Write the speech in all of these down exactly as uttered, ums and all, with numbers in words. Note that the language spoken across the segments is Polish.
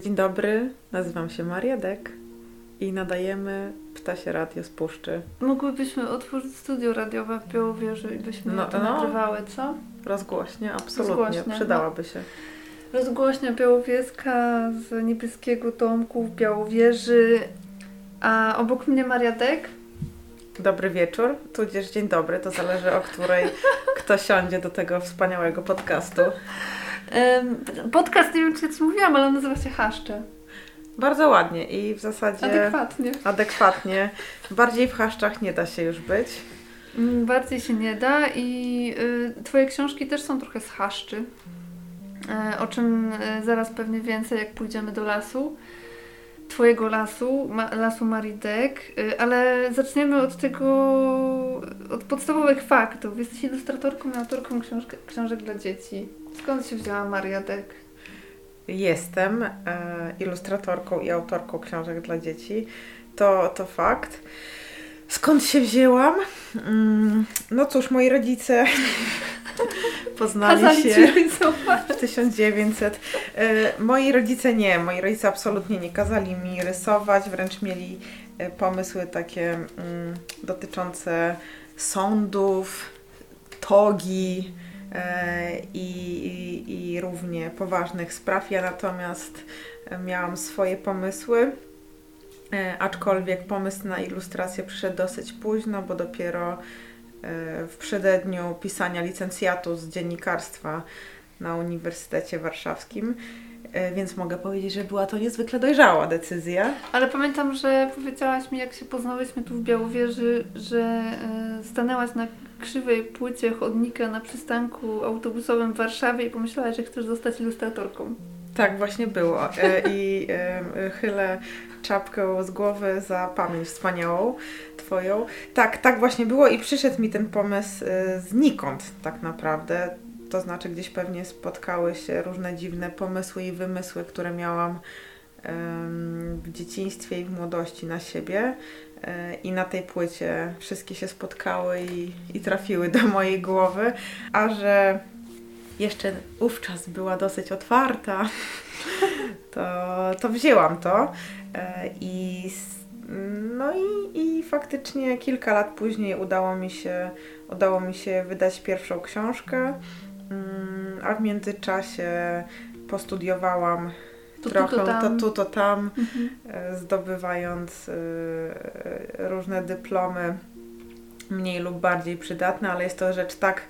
Dzień dobry, nazywam się Maria Dek i nadajemy Ptasie Radio z Puszczy. Mogłybyśmy otworzyć studio radiowe w Białowieży i byśmy No, to no. nagrywały, co? Rozgłośnie, absolutnie, Rozgłośnie, przydałaby się. Rozgłośnia białowieska z niebieskiego domku w Białowieży, a obok mnie Maria Dek. Dobry wieczór, tudzież dzień dobry, to zależy o której kto siądzie do tego wspaniałego podcastu. Podcast, nie wiem czy ja ci mówiłam, ale nazywa się Chaszcze. Bardzo ładnie i w zasadzie Adekwatnie. adekwatnie. Bardziej w chaszczach nie da się już być. Bardziej się nie da i y, twoje książki też są trochę z chaszczy, y, o czym y, zaraz pewnie więcej jak pójdziemy do lasu. Twojego lasu, ma, lasu Marii Dek, y, ale zaczniemy od tego, od podstawowych faktów. Jesteś ilustratorką i autorką książek, książek dla dzieci. Skąd się wzięła Maria Dek? Jestem e, ilustratorką i autorką książek dla dzieci. To, to fakt. Skąd się wzięłam? Mm, no cóż, moi rodzice poznali Kazali się ci w tysiąc dziewięćset. E, moi rodzice nie, moi rodzice absolutnie nie kazali mi rysować, wręcz mieli e, pomysły takie mm, dotyczące sądów, togi e, i, i, i równie poważnych spraw. Ja natomiast miałam swoje pomysły. E, aczkolwiek pomysł na ilustrację przyszedł dosyć późno, bo dopiero e, w przededniu pisania licencjatu z dziennikarstwa na Uniwersytecie Warszawskim, e, więc mogę powiedzieć, że była to niezwykle dojrzała decyzja. Ale pamiętam, że powiedziałaś mi, jak się poznałyśmy tu w Białowieży, że y, stanęłaś na krzywej płycie chodnika na przystanku autobusowym w Warszawie i pomyślałaś, że chcesz zostać ilustratorką. Tak właśnie było e, i e, chylę czapkę z głowy za pamięć wspaniałą Twoją. Tak, tak właśnie było i przyszedł mi ten pomysł e, znikąd tak naprawdę. To znaczy gdzieś pewnie spotkały się różne dziwne pomysły i wymysły, które miałam e, w dzieciństwie i w młodości na siebie. E, I na tej płycie wszystkie się spotkały i, i trafiły do mojej głowy. A że jeszcze wówczas była dosyć otwarta, to, to wzięłam to i, no i, i faktycznie kilka lat później udało mi się, udało mi się wydać pierwszą książkę, a w międzyczasie postudiowałam To trochę tu, to tam. to tu, to tam, Mhm. zdobywając różne dyplomy mniej lub bardziej przydatne, ale jest to rzecz tak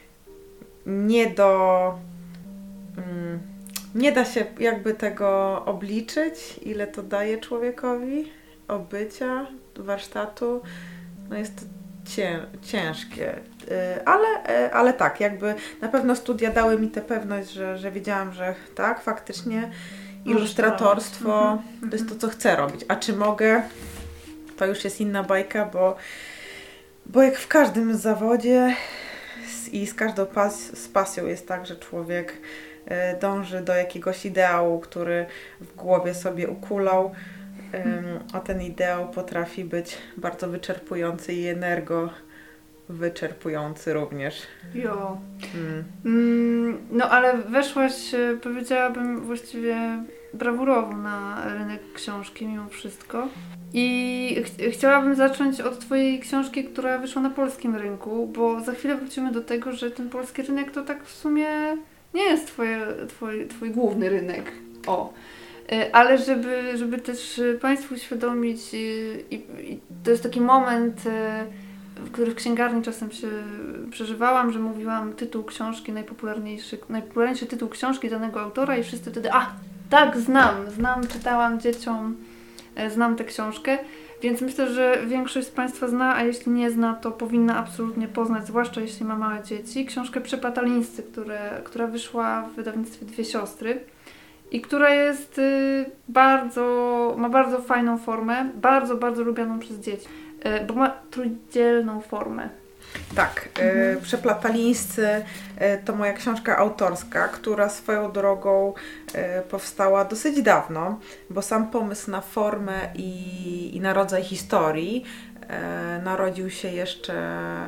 nie do... Mm, nie da się jakby tego obliczyć, ile to daje człowiekowi, obycia, warsztatu. No jest to cię, ciężkie. Ale, ale tak, jakby na pewno studia dały mi tę pewność, że, że wiedziałam, że tak, faktycznie ilustratorstwo to jest to, co chcę robić. A czy mogę? To już jest inna bajka, bo, bo jak w każdym zawodzie i z każdą pas- z pasją jest tak, że człowiek y, dąży do jakiegoś ideału, który w głowie sobie ukulał, y, a ten ideał potrafi być bardzo wyczerpujący i energo wyczerpujący również. Jo. Mm. Mm, no ale weszłaś, e, powiedziałabym, właściwie brawurowo na rynek książki mimo wszystko. I ch- chciałabym zacząć od Twojej książki, która wyszła na polskim rynku, bo za chwilę wrócimy do tego, że ten polski rynek to tak w sumie nie jest twoje, twoj, twój główny rynek. O. E, Ale żeby, żeby też Państwu uświadomić, i, i, i to jest taki moment, e, w który w księgarni czasem się przeżywałam, że mówiłam tytuł książki, najpopularniejszy, najpopularniejszy tytuł książki danego autora i wszyscy wtedy, a tak, znam, znam, czytałam dzieciom, e, znam tę książkę, więc myślę, że większość z Państwa zna, a jeśli nie zna, to powinna absolutnie poznać, zwłaszcza jeśli ma małe dzieci, książkę Przeplatalińscy, które, która wyszła w wydawnictwie Dwie Siostry i która jest y, bardzo, ma bardzo fajną formę, bardzo, bardzo lubianą przez dzieci. Bo ma trójdzielną formę. Tak, Mhm. y, Przeplatalińscy y, to moja książka autorska, która swoją drogą y, powstała dosyć dawno, bo sam pomysł na formę i, i na rodzaj historii y, narodził się jeszcze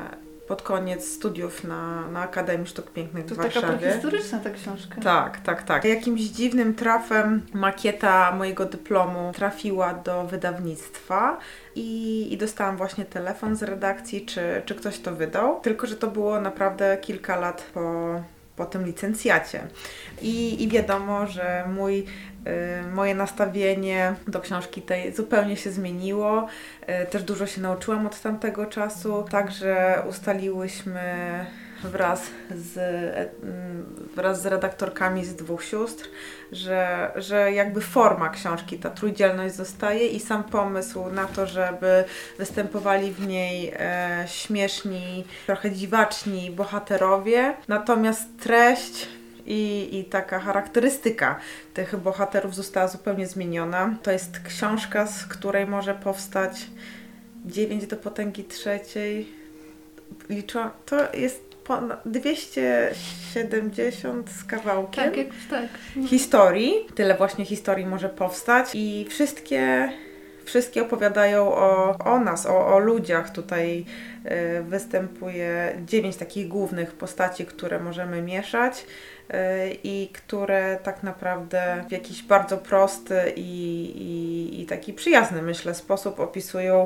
pod koniec studiów na, na Akademii Sztuk Pięknych to w Warszawie. To taka prehistoryczna ta książka. Tak, tak, tak. Jakimś dziwnym trafem makieta mojego dyplomu trafiła do wydawnictwa i, i dostałam właśnie telefon z redakcji, czy, czy ktoś to wydał. Tylko że to było naprawdę kilka lat po, po tym licencjacie. I, i wiadomo, że mój moje nastawienie do książki tej zupełnie się zmieniło. Też dużo się nauczyłam od tamtego czasu. Także ustaliłyśmy wraz z, wraz z redaktorkami z dwóch sióstr, że, że jakby forma książki, ta trójdzielność zostaje i sam pomysł na to, żeby występowali w niej e, śmieszni, trochę dziwaczni bohaterowie, natomiast treść I, i taka charakterystyka tych bohaterów została zupełnie zmieniona. To jest książka, z której może powstać dziewięć do potęgi trzeciej. Liczyłam, to jest ponad dwieście siedemdziesiąt z kawałkiem tak, jakoś tak. historii. Tyle właśnie historii może powstać i wszystkie Wszystkie opowiadają o, o nas, o, o ludziach. Tutaj y, występuje dziewięć takich głównych postaci, które możemy mieszać y, i które tak naprawdę w jakiś bardzo prosty i, i, i taki przyjazny, myślę, sposób opisują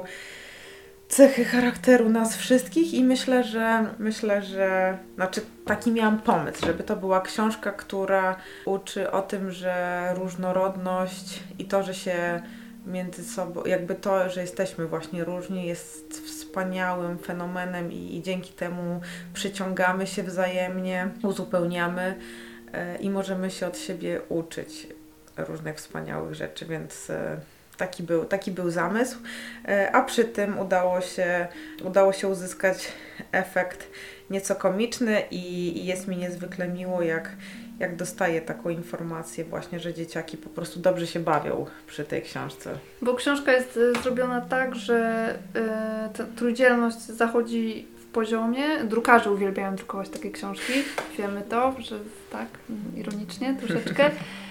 cechy charakteru nas wszystkich i myślę, że myślę, że znaczy taki miałam pomysł, żeby to była książka, która uczy o tym, że różnorodność i to, że się między sobą, jakby to, że jesteśmy właśnie różni, jest wspaniałym fenomenem i, i dzięki temu przyciągamy się wzajemnie, uzupełniamy e, i możemy się od siebie uczyć różnych wspaniałych rzeczy, więc e, taki był, taki był zamysł, e, a przy tym udało się, udało się uzyskać efekt nieco komiczny i, i jest mi niezwykle miło, jak jak dostaję taką informację właśnie, że dzieciaki po prostu dobrze się bawią przy tej książce. Bo książka jest y, zrobiona tak, że y, ta trójdzielność zachodzi w poziomie. Drukarze uwielbiają drukować takie książki. Wiemy to, że tak, ironicznie troszeczkę. Y,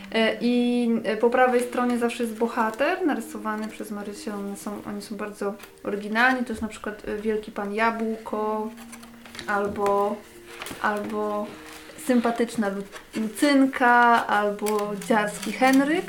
I po prawej stronie zawsze jest bohater narysowany przez Marysię. One są, oni są bardzo oryginalni. To jest na przykład Wielki Pan Jabłko albo albo sympatyczna Lucynka albo dziarski Henryk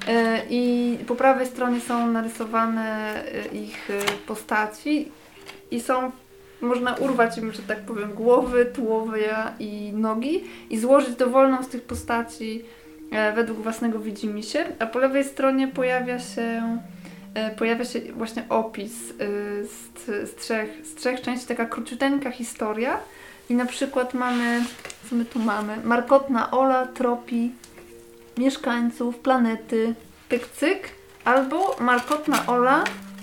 i po prawej stronie są narysowane ich postaci i są, można urwać im, że tak powiem, głowy, tułowia i nogi i złożyć dowolną z tych postaci według własnego widzimisię, a po lewej stronie pojawia się pojawia się właśnie opis z, z, trzech, z trzech części, taka króciuteńka historia. I na przykład mamy, co my tu mamy? Markotna Ola tropi mieszkańców planety Pyk-Cyk albo Markotna Ola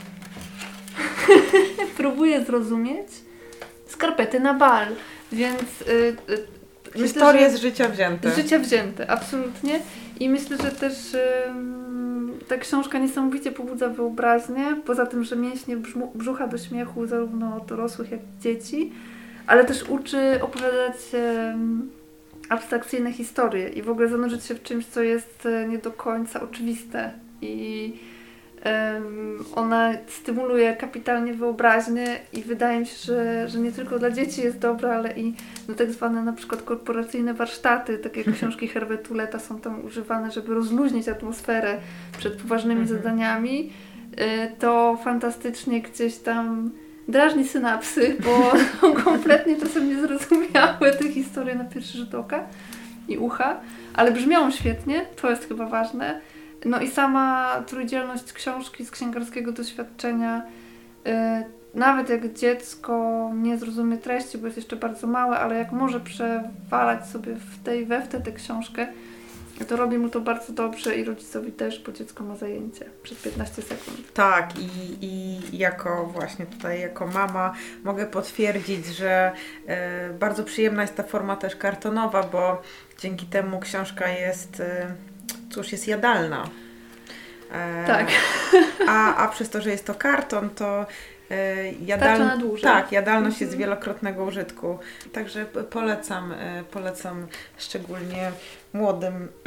próbuje zrozumieć skarpety na bal. Więc y, y, historie myślę, z życia wzięte. Z życia wzięte, absolutnie. I myślę, że też y, ta książka niesamowicie pobudza wyobraźnię, poza tym, że mięśnie brzucha do śmiechu zarówno dorosłych, jak i dzieci. Ale też uczy opowiadać um, abstrakcyjne historie i w ogóle zanurzyć się w czymś, co jest nie do końca oczywiste. I um, ona stymuluje kapitalnie wyobraźnię i wydaje mi się, że, że nie tylko dla dzieci jest dobra, ale i no, tak zwane na przykład korporacyjne warsztaty, takie jak książki Herbert Tuleta są tam używane, żeby rozluźnić atmosferę przed poważnymi mhm. zadaniami. Y, to fantastycznie gdzieś tam drażni synapsy, bo są kompletnie czasem niezrozumiałe te historie na pierwszy rzut oka i ucha, ale brzmią świetnie, to jest chyba ważne. No i sama trójdzielność książki z księgarskiego doświadczenia, yy, nawet jak dziecko nie zrozumie treści, bo jest jeszcze bardzo małe, ale jak może przewalać sobie w tej we w tę tę książkę, to robi mu to bardzo dobrze i rodzicowi też, bo dziecko ma zajęcie przez piętnaście sekund. Tak i, i jako właśnie tutaj jako mama mogę potwierdzić, że y, bardzo przyjemna jest ta forma też kartonowa, bo dzięki temu książka jest, y, cóż, jest jadalna. E, tak. A, a przez to, że jest to karton, to Jadal... Tak, jadalność jest wielokrotnego użytku. Także polecam, polecam szczególnie młodym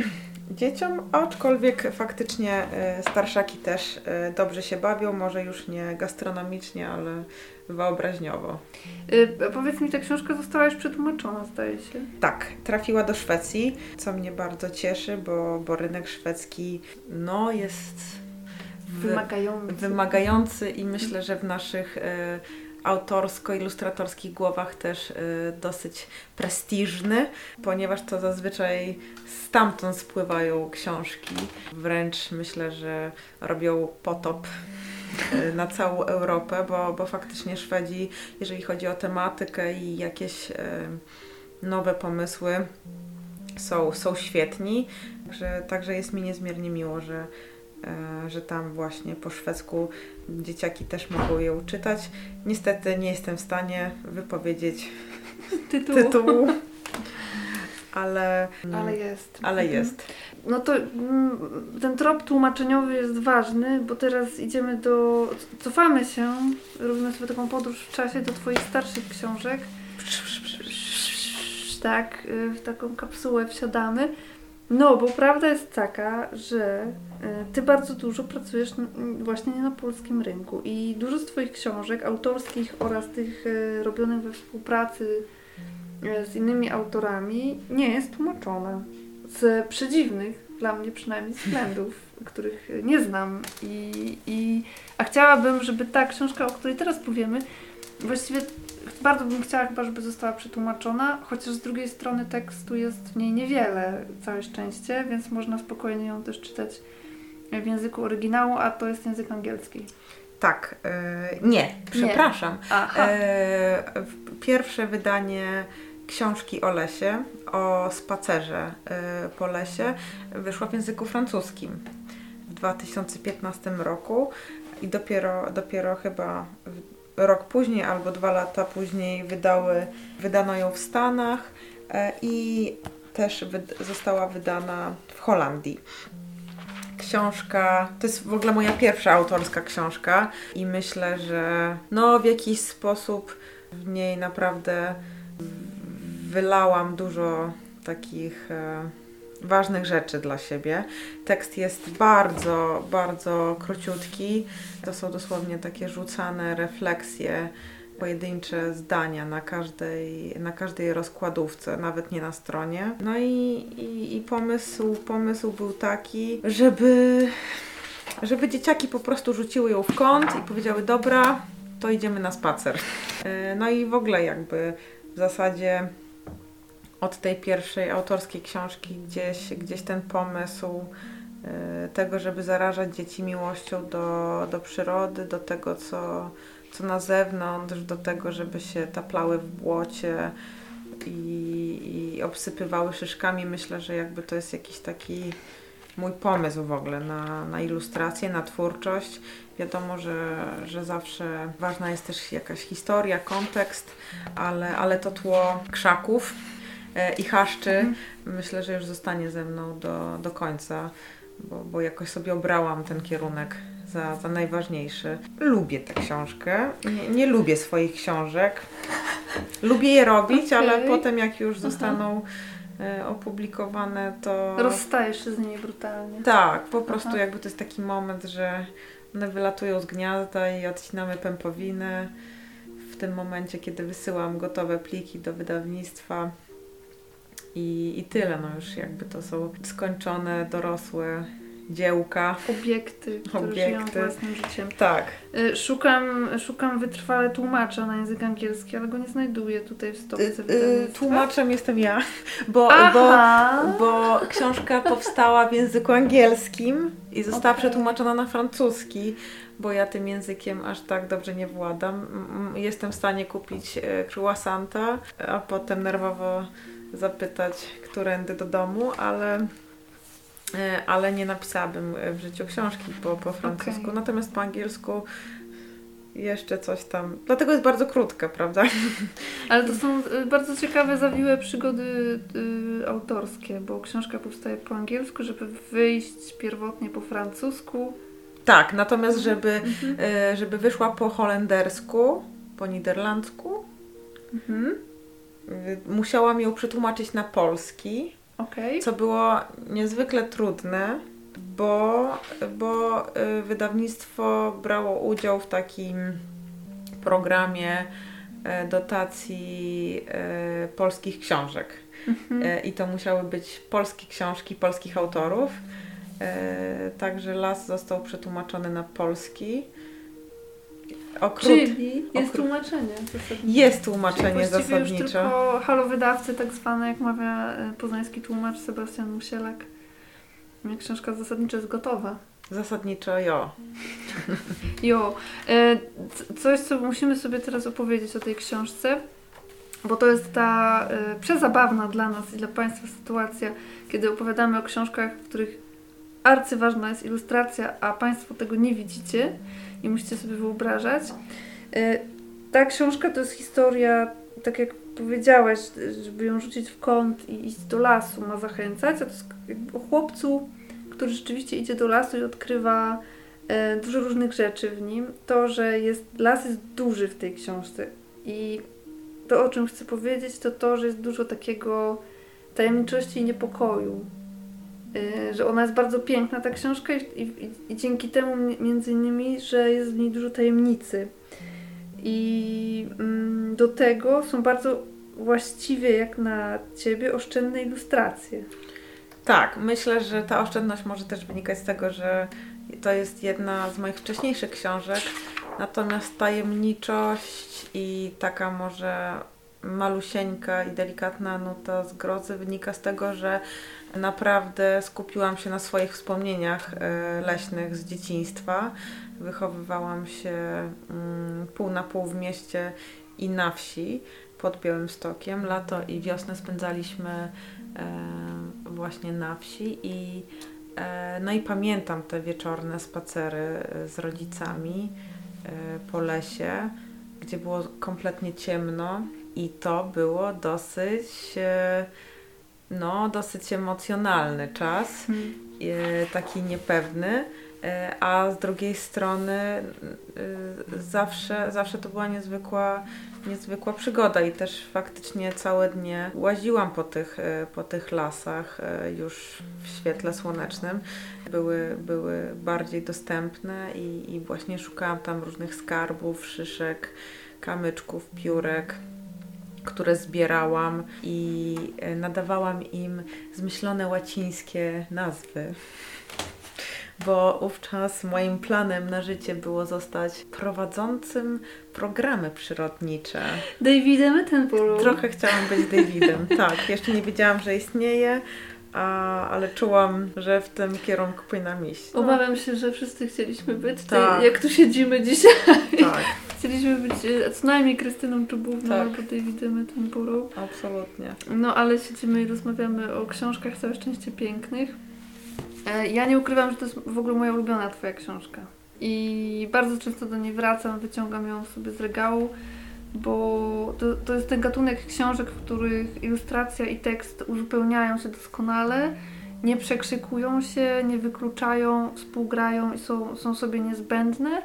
dzieciom, aczkolwiek faktycznie y, starszaki też y, dobrze się bawią, może już nie gastronomicznie, ale wyobraźniowo. Y, powiedz mi, ta książka została już przetłumaczona, zdaje się. Tak, trafiła do Szwecji, co mnie bardzo cieszy, bo, bo rynek szwedzki no, jest w, wymagający. wymagający i myślę, że w naszych y, autorsko-ilustratorskich głowach też y, dosyć prestiżny, ponieważ to zazwyczaj stamtąd spływają książki. Wręcz myślę, że robią potop y, na całą Europę, bo, bo faktycznie Szwedzi, jeżeli chodzi o tematykę i jakieś y, nowe pomysły, są, są świetni. Także, także jest mi niezmiernie miło, że że tam właśnie po szwedzku dzieciaki też mogą ją czytać. Niestety nie jestem w stanie wypowiedzieć tytułu, tytułu ale, ale jest. Ale jest. No to ten trop tłumaczeniowy jest ważny, bo teraz idziemy do... Cofamy się, robimy sobie taką podróż w czasie do Twoich starszych książek. Tak, w taką kapsułę wsiadamy. No, bo prawda jest taka, że Ty bardzo dużo pracujesz właśnie na polskim rynku i dużo z Twoich książek autorskich oraz tych robionych we współpracy z innymi autorami nie jest tłumaczone. Z przedziwnych, dla mnie przynajmniej, względów, których nie znam. I, i, a chciałabym, żeby ta książka, o której teraz powiemy, właściwie bardzo bym chciała chyba, żeby została przetłumaczona, chociaż z drugiej strony tekstu jest w niej niewiele, całe szczęście, więc można spokojnie ją też czytać w języku oryginału, a to jest język angielski. Tak, yy, nie, przepraszam. Nie. Yy, pierwsze wydanie książki o lesie, o spacerze yy, po lesie wyszło w języku francuskim w dwa tysiące piętnastym roku i dopiero, dopiero chyba w rok później albo dwa lata później wydały, wydano ją w Stanach e, i też wyd- została wydana w Holandii. Książka, to jest w ogóle moja pierwsza autorska książka i myślę, że no w jakiś sposób w niej naprawdę wylałam dużo takich e, ważnych rzeczy dla siebie. Tekst jest bardzo, bardzo króciutki. To są dosłownie takie rzucane refleksje, pojedyncze zdania na każdej, na każdej rozkładówce, nawet nie na stronie. No i, i, i pomysł, pomysł był taki, żeby, żeby dzieciaki po prostu rzuciły ją w kąt i powiedziały: dobra, to idziemy na spacer. No i w ogóle jakby w zasadzie od tej pierwszej autorskiej książki gdzieś, gdzieś ten pomysł y, tego, żeby zarażać dzieci miłością do, do przyrody, do tego, co, co na zewnątrz, do tego, żeby się taplały w błocie i, i obsypywały szyszkami. Myślę, że jakby to jest jakiś taki mój pomysł w ogóle na, na ilustrację, na twórczość. Wiadomo, że, że zawsze ważna jest też jakaś historia, kontekst, ale, ale to tło krzaków i chaszczy, mhm. myślę, że już zostanie ze mną do, do końca, bo, bo jakoś sobie obrałam ten kierunek za, za najważniejszy. Lubię tę książkę, nie, nie lubię swoich książek, lubię je robić, okay. ale potem jak już zostaną Aha. opublikowane, to... Rozstajesz się z nimi brutalnie. Tak, po prostu Aha. jakby to jest taki moment, że one wylatują z gniazda i odcinamy pępowiny. W tym momencie, kiedy wysyłam gotowe pliki do wydawnictwa, I, I tyle, no już jakby to są skończone, dorosłe dziełka. Obiekty, które Obiekty. żyją własnym życiem. Tak. Szukam, szukam wytrwale tłumacza na język angielski, ale go nie znajduję tutaj w stopce wydawnictwa. Tłumaczem jestem ja, bo, bo, bo książka powstała w języku angielskim i została okay. przetłumaczona na francuski, bo ja tym językiem aż tak dobrze nie władam. Jestem w stanie kupić croissanta, a potem nerwowo zapytać, którędy do domu, ale, ale nie napisałabym w życiu książki po, po francusku. Okay. Natomiast po angielsku jeszcze coś tam. Dlatego jest bardzo krótka, prawda? Ale to są bardzo ciekawe, zawiłe przygody y, autorskie, bo książka powstaje po angielsku, żeby wyjść pierwotnie po francusku. Tak, natomiast żeby, mhm. y, żeby wyszła po holendersku, po niderlandzku, mhm. musiałam ją przetłumaczyć na polski, Okay. Co było niezwykle trudne, bo, bo wydawnictwo brało udział w takim programie dotacji polskich książek. Mhm. I to musiały być polskie książki polskich autorów. Także Las został przetłumaczony na polski. Okrut, Czyli jest okrut... tłumaczenie zasadniczo. Jest tłumaczenie Czyli zasadniczo. Już tylko halowydawcy tak zwane, jak mawia poznański tłumacz Sebastian Musielak. Książka zasadniczo jest gotowa. Zasadniczo jo. Jo. E, coś, co musimy sobie teraz opowiedzieć o tej książce, bo to jest ta e, przezabawna dla nas i dla Państwa sytuacja, kiedy opowiadamy o książkach, w których arcyważna jest ilustracja, a Państwo tego nie widzicie i musicie sobie wyobrażać. E, ta książka to jest historia, tak jak powiedziałaś, żeby ją rzucić w kąt i iść do lasu, ma zachęcać, a to jest o chłopcu, który rzeczywiście idzie do lasu i odkrywa e, dużo różnych rzeczy w nim. To, że jest, las jest duży w tej książce i to, o czym chcę powiedzieć, to to, że jest dużo takiego tajemniczości i niepokoju. E, że ona jest bardzo piękna, ta książka i, i, i dzięki temu między innymi, że jest w niej dużo tajemnicy. I mm, do tego są bardzo właściwie, jak na Ciebie, oszczędne ilustracje. Tak, myślę, że ta oszczędność może też wynikać z tego, że to jest jedna z moich wcześniejszych książek, natomiast tajemniczość i taka może malusieńka i delikatna nuta zgrozy wynika z tego, że naprawdę skupiłam się na swoich wspomnieniach leśnych z dzieciństwa. Wychowywałam się pół na pół w mieście i na wsi pod Białymstokiem. Lato i wiosnę spędzaliśmy właśnie na wsi i no i pamiętam te wieczorne spacery z rodzicami po lesie, gdzie było kompletnie ciemno i to było dosyć no dosyć emocjonalny czas, hmm. taki niepewny, a z drugiej strony zawsze, zawsze to była niezwykła niezwykła przygoda i też faktycznie całe dnie łaziłam po tych, po tych lasach już w świetle słonecznym. Były, były bardziej dostępne i, i właśnie szukałam tam różnych skarbów, szyszek, kamyczków, piórek, które zbierałam i nadawałam im zmyślone łacińskie nazwy. Bo wówczas moim planem na życie było zostać prowadzącym programy przyrodnicze. Davidem Attenborough. Trochę chciałam być Davidem, tak. Jeszcze nie wiedziałam, że istnieje, a, ale czułam, że w tym kierunku powinnam iść. No. Obawiam się, że wszyscy chcieliśmy być, tak. Jak tu siedzimy dzisiaj. Tak. Chcieliśmy być co najmniej Krystyną Czubówną tak. albo Davidem Attenborough. Absolutnie. No ale siedzimy i rozmawiamy o książkach całe szczęście pięknych. Ja nie ukrywam, że to jest w ogóle moja ulubiona Twoja książka. I bardzo często do niej wracam, wyciągam ją sobie z regału, bo to, to jest ten gatunek książek, w których ilustracja i tekst uzupełniają się doskonale, nie przekrzykują się, nie wykluczają, współgrają i są, są sobie niezbędne.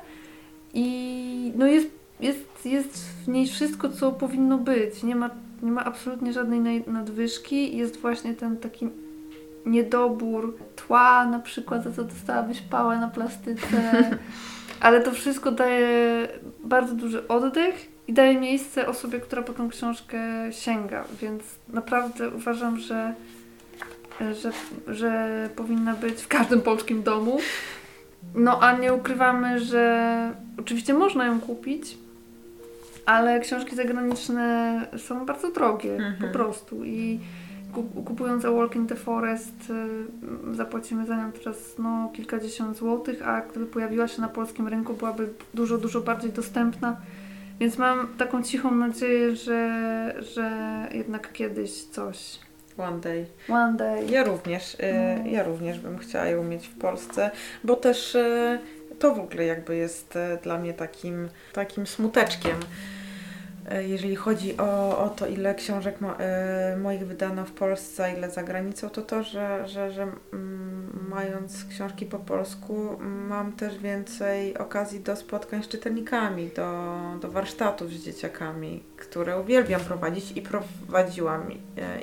I no jest, jest, jest w niej wszystko, co powinno być. Nie ma, nie ma absolutnie żadnej nadwyżki. Jest właśnie ten taki niedobór tła, na przykład za co dostałabyś pałę na plastyce, ale to wszystko daje bardzo duży oddech i daje miejsce osobie, która po tą książkę sięga, więc naprawdę uważam, że, że, że powinna być w każdym polskim domu. No a nie ukrywamy, że oczywiście można ją kupić, ale książki zagraniczne są bardzo drogie mhm. po prostu i kupując A Walk in the Forest y, zapłacimy za nią teraz no, kilkadziesiąt złotych, a gdyby pojawiła się na polskim rynku, byłaby dużo, dużo bardziej dostępna. Więc mam taką cichą nadzieję, że, że jednak kiedyś coś. One day. One day. Ja również, y, mm. ja również bym chciała ją mieć w Polsce, bo też y, to w ogóle jakby jest y, dla mnie takim, takim smuteczkiem. Jeżeli chodzi o, o to, ile książek mo, y, moich wydano w Polsce, a ile za granicą, to to, że, że, że mm, mając książki po polsku, mam też więcej okazji do spotkań z czytelnikami, do, do warsztatów z dzieciakami, które uwielbiam prowadzić i prowadziłam y, ich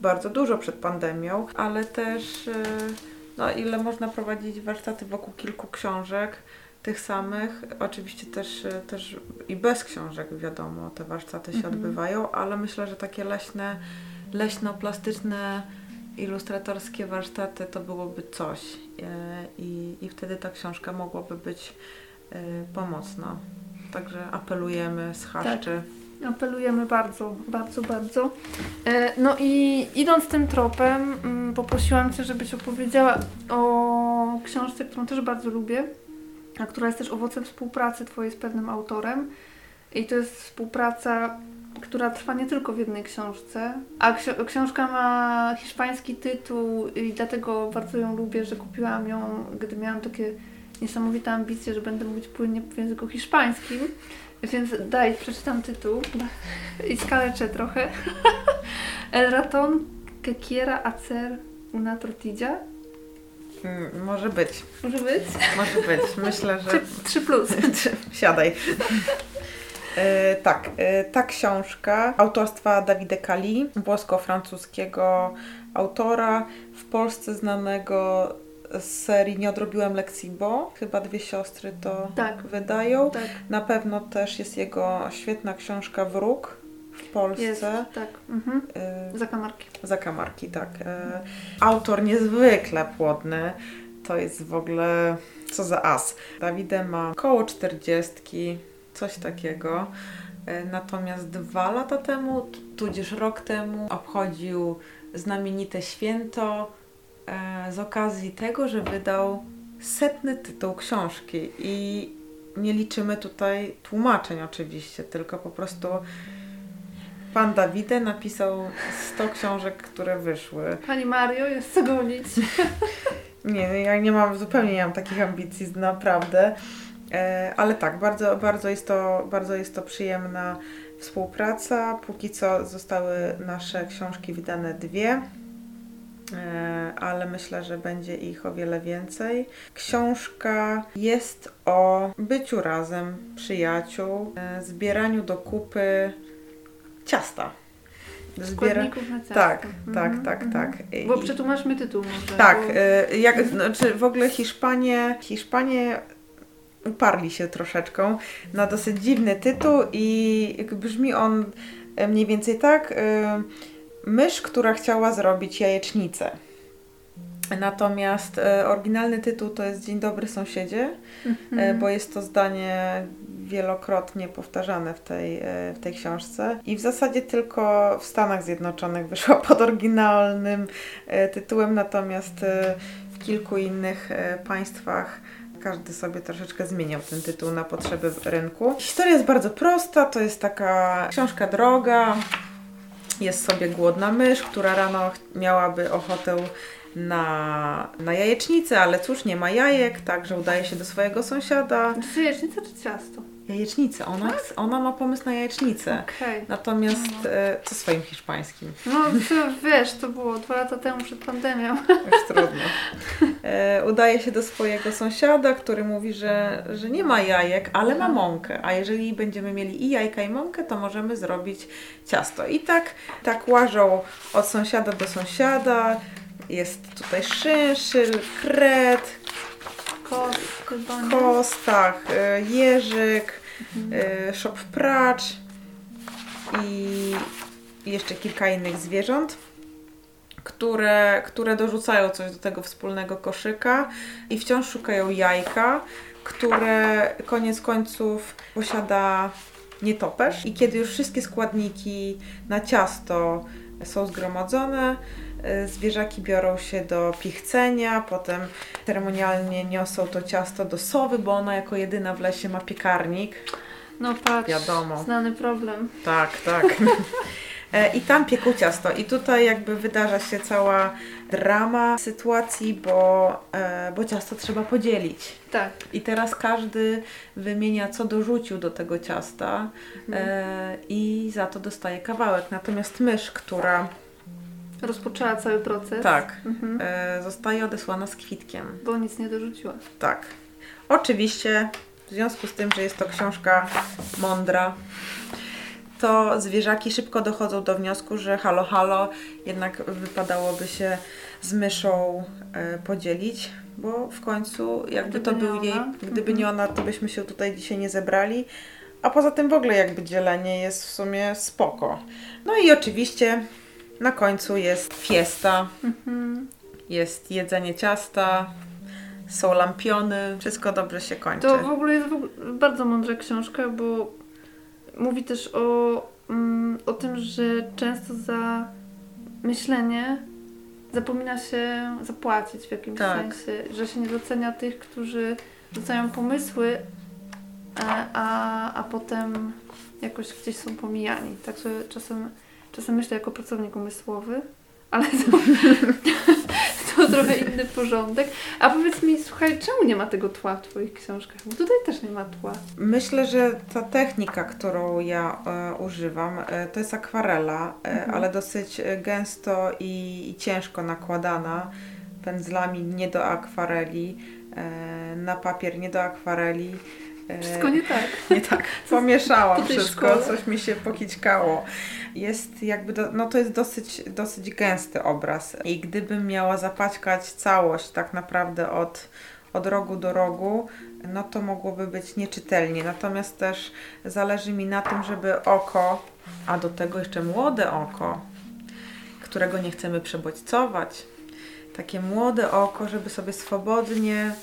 bardzo dużo przed pandemią, ale też y, no ile można prowadzić warsztaty wokół kilku książek, tych samych. Oczywiście też, też i bez książek, wiadomo, te warsztaty się mhm. odbywają, ale myślę, że takie leśne, leśno-plastyczne, ilustratorskie warsztaty to byłoby coś i, i wtedy ta książka mogłaby być pomocna. Także apelujemy z Chaszczy. Tak, apelujemy bardzo, bardzo, bardzo. No i idąc tym tropem, poprosiłam Cię, żebyś opowiedziała o książce, którą też bardzo lubię, a która jest też owocem współpracy Twojej z pewnym autorem. I to jest współpraca, która trwa nie tylko w jednej książce, a ksi- książka ma hiszpański tytuł i dlatego bardzo ją lubię, że kupiłam ją, gdy miałam takie niesamowite ambicje, że będę mówić płynnie w języku hiszpańskim. Więc daj, przeczytam tytuł i skaleczę trochę. El ratón que quiera hacer una tortilla. Mm, może być. Może być? Może być. Myślę, że... Trzy plus. Siadaj. E, tak, e, ta książka autorstwa Davide Cali, włosko-francuskiego autora, w Polsce znanego z serii Nie odrobiłem lekcji, bo chyba dwie siostry to tak. wydają. Tak. Na pewno też jest jego świetna książka Wróg w Polsce. Jest, tak. Mhm. E, Zakamarki. Zakamarki, tak. E, autor niezwykle płodny. To jest w ogóle co za as. Davide ma koło czterdziestki, coś takiego. E, natomiast dwa lata temu, tudzież rok temu obchodził znamienite święto e, z okazji tego, że wydał setny tytuł książki i nie liczymy tutaj tłumaczeń oczywiście, tylko po prostu pan Davide napisał sto książek, które wyszły. Pani Mario, jest co gonić. Nie, ja nie mam, zupełnie nie mam takich ambicji, naprawdę. E, ale tak, bardzo, bardzo, jest to, bardzo jest to przyjemna współpraca. Póki co zostały nasze książki wydane dwie, e, ale myślę, że będzie ich o wiele więcej. Książka jest o byciu razem, przyjaciół, e, zbieraniu do kupy ciasta. Zbiera... na ciasto. Tak, mhm. tak, tak, mhm. tak. Bo przetłumaczmy tytuł może. Tak, bo... y, jak, znaczy w ogóle Hiszpanie, Hiszpanie uparli się troszeczkę na dosyć dziwny tytuł i brzmi on mniej więcej tak, y, mysz, która chciała zrobić jajecznicę. Natomiast e, oryginalny tytuł to jest Dzień dobry sąsiedzie, mm-hmm. e, bo jest to zdanie wielokrotnie powtarzane w tej, e, w tej książce i w zasadzie tylko w Stanach Zjednoczonych wyszła pod oryginalnym e, tytułem, natomiast e, w kilku innych e, państwach każdy sobie troszeczkę zmieniał ten tytuł na potrzeby rynku. Historia jest bardzo prosta, to jest taka książka droga, jest sobie głodna mysz, która rano miałaby ochotę na, na jajecznicę, ale cóż, nie ma jajek, także udaje się do swojego sąsiada. To jajecznica czy ciasto? Jajecznicę. Ona, tak? ona ma pomysł na jajecznicę. Okay. Natomiast no. e, co swoim hiszpańskim? No to, wiesz, to było dwa lata temu przed pandemią. Już trudno. E, udaje się do swojego sąsiada, który mówi, że, że nie ma jajek, ale ma mąkę. A jeżeli będziemy mieli i jajka, i mąkę, to możemy zrobić ciasto. I tak, tak łażą od sąsiada do sąsiada. Jest tutaj szynszyl, kret, kos, kos tak, jeżyk, mhm. szop-pracz i jeszcze kilka innych zwierząt, które, które dorzucają coś do tego wspólnego koszyka i wciąż szukają jajka, które koniec końców posiada nietoperz. I kiedy już wszystkie składniki na ciasto są zgromadzone, zwierzaki biorą się do pichcenia, potem ceremonialnie niosą to ciasto do sowy, bo ona jako jedyna w lesie ma piekarnik. No patrz, wiadomo. Znany problem. Tak, tak. I tam pieką ciasto. I tutaj jakby wydarza się cała drama sytuacji, bo, bo ciasto trzeba podzielić. Tak. I teraz każdy wymienia, co dorzucił do tego ciasta mhm. i za to dostaje kawałek. Natomiast mysz, która rozpoczęła cały proces. Tak. Mhm. E, zostaje odesłana z kwitkiem. Bo nic nie dorzuciła. Tak. Oczywiście, w związku z tym, że jest to książka mądra, to zwierzaki szybko dochodzą do wniosku, że halo, halo, jednak wypadałoby się z myszą e, podzielić, bo w końcu jakby Gdyby to nie był ona. jej, gdyby Mhm. nie ona, to byśmy się tutaj dzisiaj nie zebrali. A poza tym w ogóle jakby dzielenie jest w sumie spoko. No i oczywiście na końcu jest fiesta, Mhm. jest jedzenie ciasta, są lampiony, wszystko dobrze się kończy. To w ogóle jest w ogóle bardzo mądra książka, bo mówi też o, mm, o tym, że często za myślenie zapomina się zapłacić w jakimś Tak. sensie, że się nie docenia tych, którzy rzucają pomysły, a, a, a potem jakoś gdzieś są pomijani. Także czasem, czasem myślę jako pracownik umysłowy, ale to, to trochę inny porządek. A powiedz mi, słuchaj, czemu nie ma tego tła w Twoich książkach? Bo tutaj też nie ma tła. Myślę, że ta technika, którą ja e, używam, e, to jest akwarela, e, Mhm. ale dosyć e, gęsto i, i ciężko nakładana pędzlami nie do akwareli, e, na papier nie do akwareli. E, Wszystko nie tak. Nie tak, pomieszałam po tej wszystko, szkole. coś mi się pokićkało. Jest jakby, do, no to jest dosyć, dosyć gęsty obraz i gdybym miała zapaćkać całość tak naprawdę od, od rogu do rogu, no to mogłoby być nieczytelnie. Natomiast też zależy mi na tym, żeby oko, a do tego jeszcze młode oko, którego nie chcemy przebodźcować, takie młode oko, żeby sobie swobodnie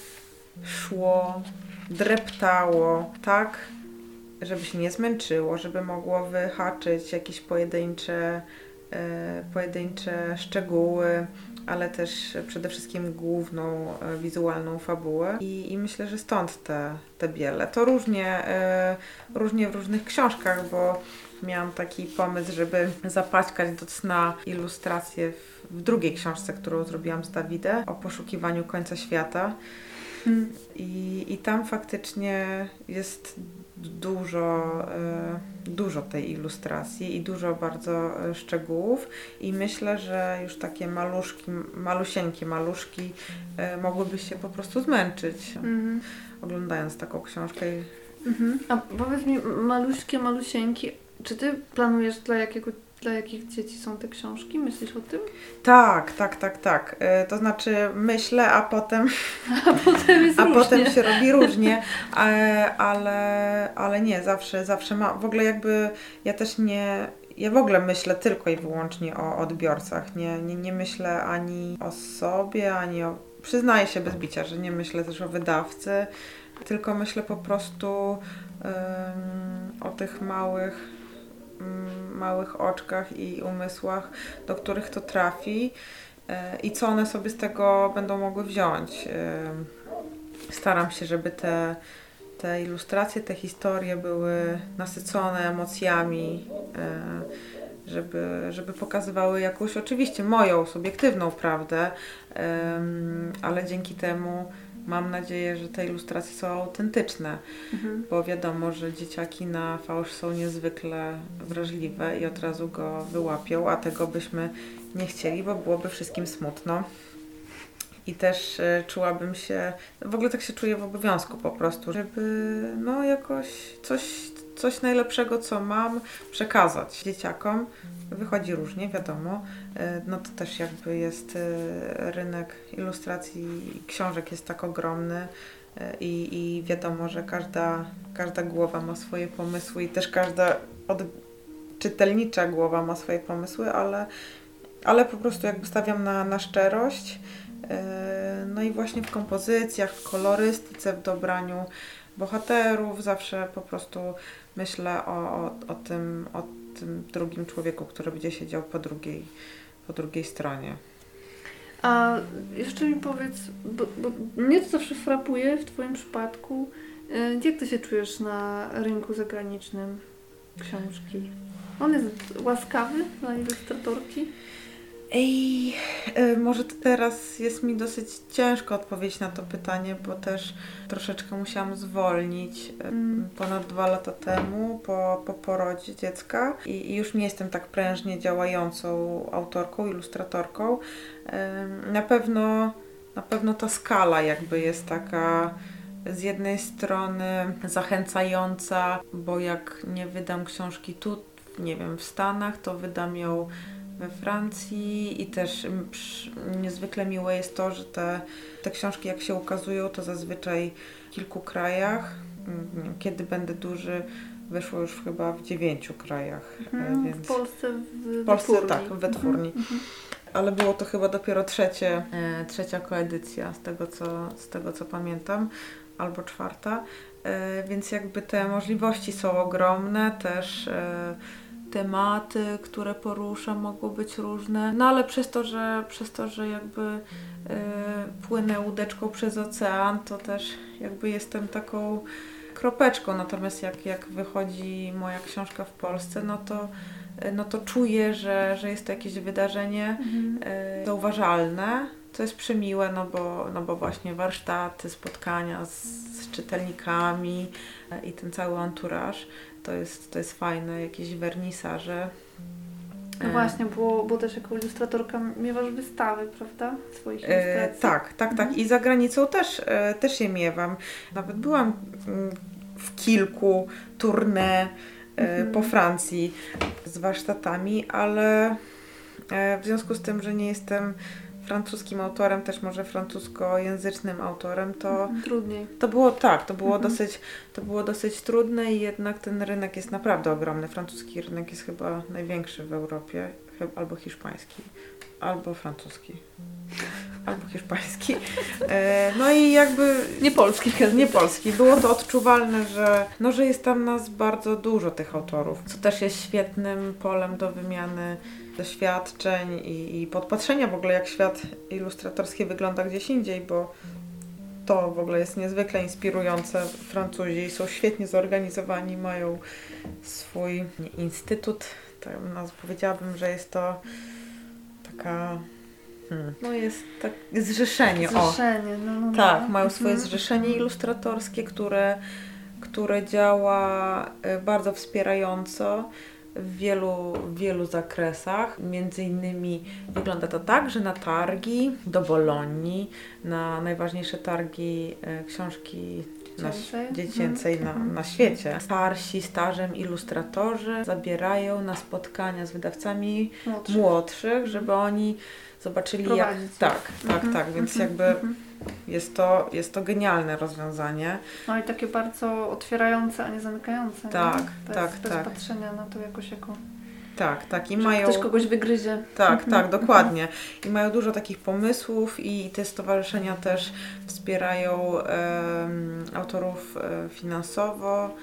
szło, dreptało, tak, żeby się nie zmęczyło, żeby mogło wyhaczyć jakieś pojedyncze, e, pojedyncze szczegóły, ale też przede wszystkim główną e, wizualną fabułę. I, i myślę, że stąd te, te biele. To różnie, e, różnie w różnych książkach, bo miałam taki pomysł, żeby zapaćkać do cna ilustracje w, w drugiej książce, którą zrobiłam z Dawidem, o poszukiwaniu końca świata. Hmm. I, I tam faktycznie jest dużo, e, dużo tej ilustracji i dużo bardzo e, szczegółów i myślę, że już takie maluszki, malusieńkie maluszki e, mogłyby się po prostu zmęczyć Mhm. oglądając taką książkę. Mhm. A powiedz mi, maluśkie, malusieńki, czy Ty planujesz dla jakiego Dla jakich dzieci są te książki? Myślisz o tym? Tak, tak, tak, tak. E, to znaczy myślę, a potem A potem jest A różnie. potem się robi różnie, e, ale, ale nie, zawsze, zawsze ma. W ogóle jakby ja też nie, ja w ogóle myślę tylko i wyłącznie o odbiorcach. Nie, nie, nie myślę ani o sobie, ani o. Przyznaję się bez bicia, że nie myślę też o wydawcy, tylko myślę po prostu um, o tych małych, um, małych oczkach i umysłach, do których to trafi e, i co one sobie z tego będą mogły wziąć. E, Staram się, żeby te, te ilustracje, te historie były nasycone emocjami, e, żeby, żeby pokazywały jakąś oczywiście moją subiektywną prawdę, e, ale dzięki temu mam nadzieję, że te ilustracje są autentyczne, Mhm. bo wiadomo, że dzieciaki na fałsz są niezwykle wrażliwe i od razu go wyłapią, a tego byśmy nie chcieli, bo byłoby wszystkim smutno. I też e, czułabym się, w ogóle tak się czuję w obowiązku po prostu, żeby no jakoś coś, coś najlepszego, co mam, przekazać dzieciakom. Wychodzi różnie, wiadomo. E, no to też jakby jest e, rynek ilustracji i książek jest tak ogromny e, i, i wiadomo, że każda, każda głowa ma swoje pomysły i też każda od, czytelnicza głowa ma swoje pomysły, ale, ale po prostu jakby stawiam na, na szczerość. No i właśnie w kompozycjach, w kolorystyce, w dobraniu bohaterów zawsze po prostu myślę o, o, o, tym, o tym drugim człowieku, który będzie siedział po drugiej, po drugiej stronie. A jeszcze mi powiedz, bo, bo mnie to zawsze frapuje w Twoim przypadku, jak Ty się czujesz na rynku zagranicznym książki? On jest łaskawy dla ilustratorki? Ej, y, może to teraz jest mi dosyć ciężko odpowiedzieć na to pytanie, bo też troszeczkę musiałam zwolnić y, Mm. ponad dwa lata temu po, po porodzie dziecka i, i już nie jestem tak prężnie działającą autorką, ilustratorką. Y, na pewno, na pewno ta skala jakby jest taka z jednej strony zachęcająca, bo jak nie wydam książki tu w nie wiem, w Stanach, to wydam ją we Francji i też niezwykle miłe jest to, że te, te książki jak się ukazują, to zazwyczaj w kilku krajach. Kiedy będę duży, wyszło już chyba w dziewięciu krajach. Mhm, więc w Polsce w W Polsce wytwórni. tak, w wytwórni. Mhm. Ale było to chyba dopiero trzecie, e, trzecia koedycja z tego, co, z tego co pamiętam, albo czwarta. E, więc jakby te możliwości są ogromne, też e, tematy, które porusza, mogą być różne. No ale przez to, że, przez to, że jakby e, płynę łódeczką przez ocean, to też jakby jestem taką kropeczką. Natomiast jak, jak wychodzi moja książka w Polsce, no to no to czuję, że, że jest to jakieś wydarzenie Mhm. e, zauważalne, co jest przemiłe, no bo, no bo właśnie warsztaty, spotkania z, z czytelnikami e, i ten cały anturaż, to jest, to jest fajne, jakieś wernisaże. No właśnie, bo, bo też jako ilustratorka miewasz wystawy, prawda? Swoich ilustracji. E, tak, tak, tak. I za granicą też, e, też je miewam. Nawet byłam mm, w kilku tournée Mhm. po Francji z warsztatami, ale w związku z tym, że nie jestem francuskim autorem, też może francuskojęzycznym autorem, to trudniej. To było tak, to było, Mhm. dosyć, to było dosyć trudne i jednak ten rynek jest naprawdę ogromny. Francuski rynek jest chyba największy w Europie, albo hiszpański, albo francuski, albo hiszpański. E, no i jakby... Nie polski. Nie polski. Było to odczuwalne, że, no, że jest tam nas bardzo dużo tych autorów, co też jest świetnym polem do wymiany doświadczeń i, i podpatrzenia w ogóle, jak świat ilustratorski wygląda gdzieś indziej, bo to w ogóle jest niezwykle inspirujące. Francuzi są świetnie zorganizowani, mają swój instytut, tak nas powiedziałabym, że jest to taka... Hmm. No jest tak zrzeszenie. Zrzeszenie, o. no, no, Tak, no. mają swoje Mhm. zrzeszenie ilustratorskie, które, które działa bardzo wspierająco w wielu, wielu zakresach. Między innymi wygląda to tak, że na targi do Bolonii, na najważniejsze targi e, książki na, Dziecięcej. dziecięcej na, Mhm. na świecie, starsi, starzem ilustratorzy zabierają na spotkania z wydawcami Młodszy. młodszych, żeby oni zobaczyli jak... Prowadzić. Tak, tak, Mhm, tak, więc mhm, jakby mhm. jest to, jest to genialne rozwiązanie. No i takie bardzo otwierające, a nie zamykające. Tak, nie? Bez, tak, bez tak. patrzenia na to jakoś jako... Tak, tak. I że mają... ktoś kogoś wygryzie. Tak, Mhm, tak, dokładnie. I mają dużo takich pomysłów i te stowarzyszenia też wspierają em, autorów e, finansowo e,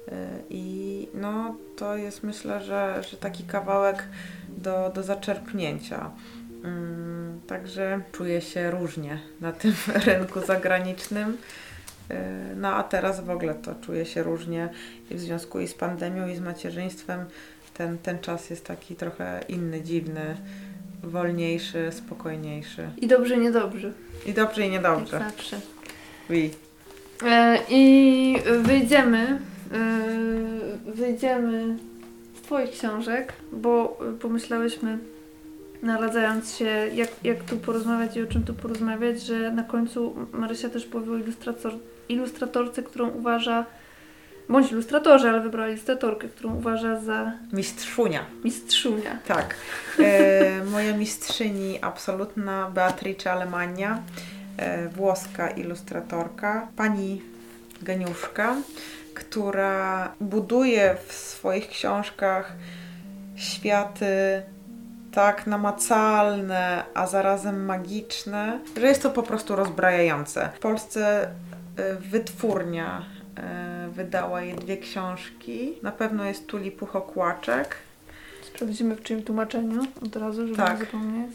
i no to jest, myślę, że, że taki kawałek do, do zaczerpnięcia. Mm, także czuję się różnie na tym rynku zagranicznym. E, no a teraz w ogóle to czuję się różnie i w związku i z pandemią i z macierzyństwem. Ten, ten czas jest taki trochę inny, dziwny, wolniejszy, spokojniejszy. I dobrze, i niedobrze. I dobrze, i niedobrze. Jak zawsze. Oui. E, I wyjdziemy, e, wyjdziemy z Twoich książek, bo pomyślałyśmy, naradzając się, jak, jak tu porozmawiać i o czym tu porozmawiać, że na końcu Marysia też powie o ilustrator, ilustratorce, którą uważa, bądź ilustratorze, ale wybrała ilustratorkę, którą uważa za Mistrzunia. mistrzunia. Tak. E, moja mistrzyni absolutna Beatrice Alemania, e, włoska ilustratorka, pani geniuszka, która buduje w swoich książkach światy tak namacalne, a zarazem magiczne, że jest to po prostu rozbrajające. W Polsce e, wytwórnia e, wydała jej dwie książki. Na pewno jest Tuli Puchokłaczek. Sprawdzimy w czyim tłumaczeniu od razu, żeby Tak. nie zapomnieć.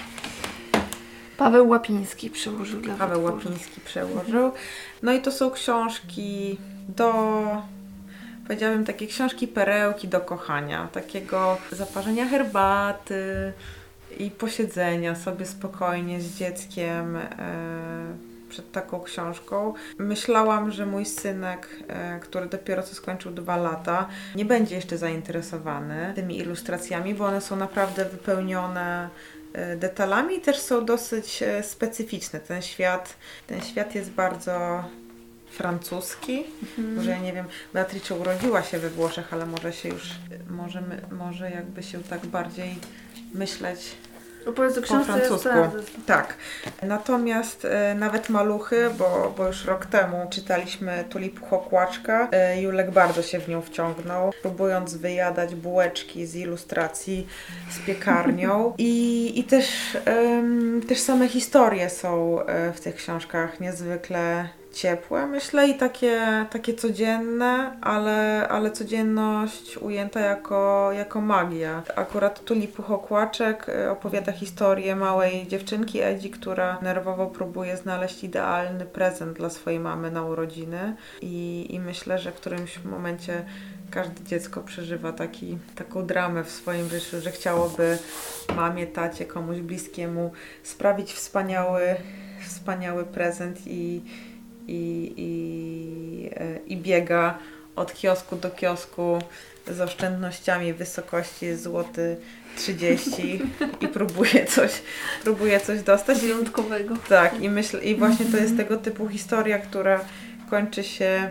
Paweł Łapiński przełożył dla Paweł wytwórni. Łapiński przełożył. No i to są książki do, powiedziałabym, takie książki perełki do kochania, takiego zaparzenia herbaty i posiedzenia sobie spokojnie z dzieckiem e, przed taką książką. Myślałam, że mój synek, e, który dopiero co skończył dwa lata, nie będzie jeszcze zainteresowany tymi ilustracjami, bo one są naprawdę wypełnione detalami i też są dosyć specyficzne. Ten świat, ten świat jest bardzo francuski. Mhm. Może ja nie wiem, Beatrice urodziła się we Włoszech, ale może się już, może, my, może jakby się tak bardziej myśleć Opowiedz o po książce. francusku. Jest Tak. Natomiast e, nawet maluchy, bo, bo już rok temu czytaliśmy Tulipuchokłaczka, e, Julek bardzo się w nią wciągnął, próbując wyjadać bułeczki z ilustracji z piekarnią. I, i też, em, też same historie są e, w tych książkach niezwykle ciepłe, myślę, i takie, takie codzienne, ale, ale codzienność ujęta jako, jako magia. Akurat Tulipuchokłaczek opowiada historię małej dziewczynki Edzi, która nerwowo próbuje znaleźć idealny prezent dla swojej mamy na urodziny i, i myślę, że w którymś momencie każde dziecko przeżywa taki, taką dramę w swoim życiu, że chciałoby mamie, tacie, komuś bliskiemu sprawić wspaniały, wspaniały prezent i I, i, i biega od kiosku do kiosku z oszczędnościami w wysokości złoty trzydzieści i próbuje coś, próbuje coś dostać. Wyjątkowego. Tak, i myślę, i właśnie to jest tego typu historia, która kończy się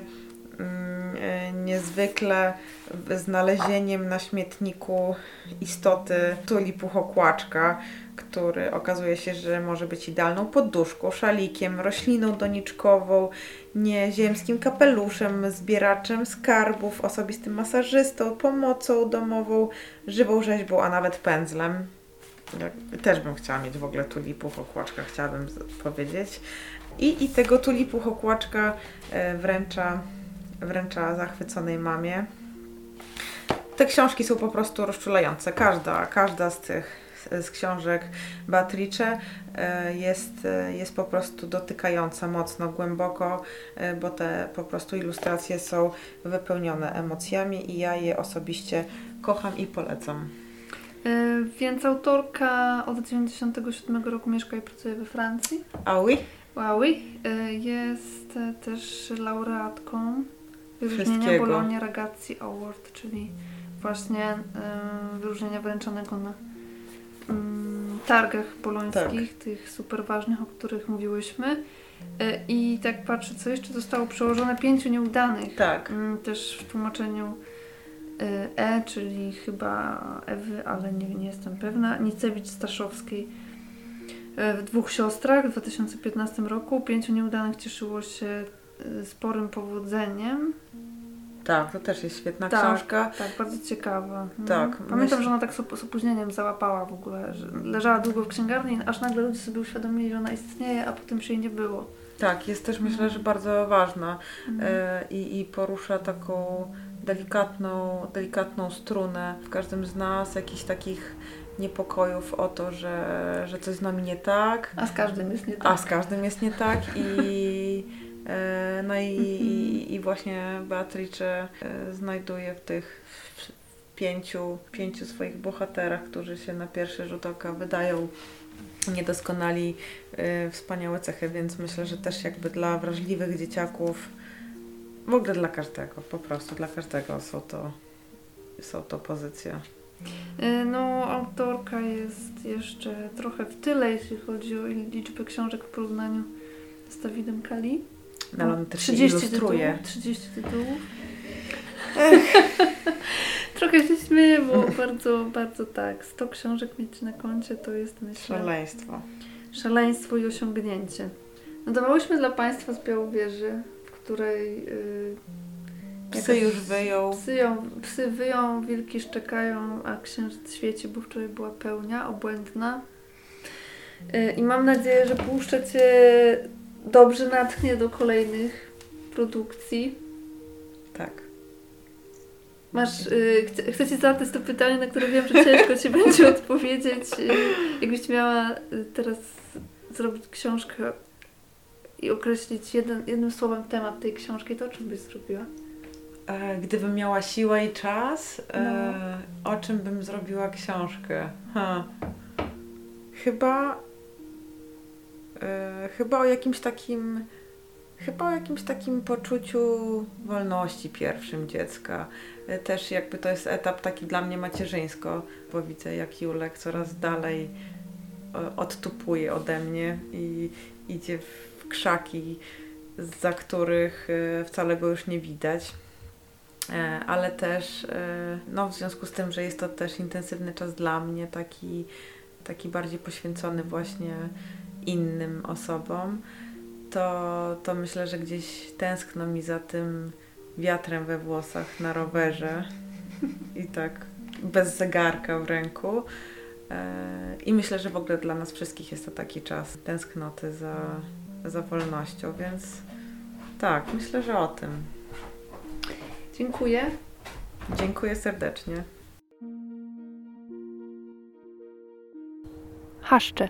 mm, niezwykle znalezieniem na śmietniku istoty Tulipuchokłaczka, który okazuje się, że może być idealną poduszką, szalikiem, rośliną doniczkową, nieziemskim kapeluszem, zbieraczem skarbów, osobistym masażystą, pomocą domową, żywą rzeźbą, a nawet pędzlem. Ja też bym chciała mieć w ogóle Tulipuchokłaczka, chciałabym powiedzieć. I, i tego Tulipuchokłaczka wręcza, wręcza zachwyconej mamie. Te książki są po prostu rozczulające. Każda, każda z tych z książek Beatrice jest, jest po prostu dotykająca mocno, głęboko, bo te po prostu ilustracje są wypełnione emocjami i ja je osobiście kocham i polecam. Yy, więc autorka od dziewięćdziesiątego siódmego roku mieszka i pracuje we Francji. A oui? Wow. Yy, jest też laureatką wyróżnienia Wszystkiego. Bologna Ragazzi Award, czyli właśnie yy, wyróżnienia wręczonego na targach bolońskich, tak. Tych super ważnych, o których mówiłyśmy. I tak patrzę, co jeszcze zostało przełożone, pięciu nieudanych. Tak. Też w tłumaczeniu E, czyli chyba Ewy, ale nie, nie jestem pewna, Nicewicz-Staszowskiej. W Dwóch siostrach w dwa tysiące piętnastym roku. Pięciu nieudanych cieszyło się sporym powodzeniem. Tak, to też jest świetna tak, książka. Tak, bardzo ciekawa. Tak, Pamiętam, myśl... że ona tak z opóźnieniem załapała w ogóle, że leżała długo w księgarni, aż nagle ludzie sobie uświadomili, że ona istnieje, a potem się jej nie było. Tak, jest też myślę, że bardzo ważna mm. e, i, i porusza taką delikatną, delikatną strunę w każdym z nas, jakichś takich niepokojów o to, że, że coś z nami nie tak. A z każdym jest nie tak. A z każdym jest nie tak i no i, i, i właśnie Beatrice znajduje w tych pięciu, pięciu swoich bohaterach, którzy się na pierwszy rzut oka wydają niedoskonali, wspaniałe cechy, więc myślę, że też jakby dla wrażliwych dzieciaków, w ogóle dla każdego, po prostu dla każdego są to, są to pozycje. No, autorka jest jeszcze trochę w tyle, jeśli chodzi o liczbę książek w porównaniu z Dawidem Kali. No, ale on też trzydzieści ilustruje. Tytułów, trzydzieści tytułów. Trochę się śmieję, bo bardzo, bardzo tak. sto książek mieć na koncie to jest, myślę... Szaleństwo. Szaleństwo i osiągnięcie. Nadawałyśmy dla Państwa z Białowieży, w której... Yy, psy już wyją. Psy, ją, psy wyją, wilki szczekają, a księżyc świeci, bo wczoraj była pełnia obłędna. Yy, I mam nadzieję, że puszczę Cię dobrze natchnie do kolejnych produkcji. Tak. Masz, yy, chcę, chcę Ci zadać to pytanie, na które wiem, że ciężko Ci będzie odpowiedzieć. Yy, jakbyś miała yy, teraz zrobić książkę i określić jeden, jednym słowem temat tej książki, to o czym byś zrobiła? E, gdybym miała siłę i czas, e, no. o czym bym zrobiła książkę? Ha. Chyba e, chyba o jakimś takim chyba o jakimś takim poczuciu wolności pierwszym dziecka. E, też jakby to jest etap taki dla mnie macierzyńsko, bo widzę, jak Julek coraz dalej e, odtupuje ode mnie i idzie w krzaki za których wcale go już nie widać. Ale też no, w związku z tym, że jest to też intensywny czas dla mnie, taki, taki bardziej poświęcony właśnie innym osobom, to, to myślę, że gdzieś tęskno mi za tym wiatrem we włosach na rowerze i tak bez zegarka w ręku. I myślę, że w ogóle dla nas wszystkich jest to taki czas tęsknoty za, za wolnością, więc tak, myślę, że o tym. Dziękuję. Dziękuję serdecznie. Chaszcze.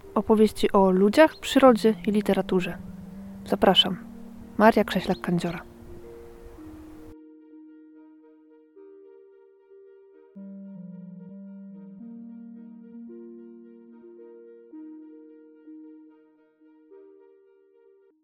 Opowieści o ludziach, przyrodzie i literaturze. Zapraszam. Maria Krześlak-Kandziora.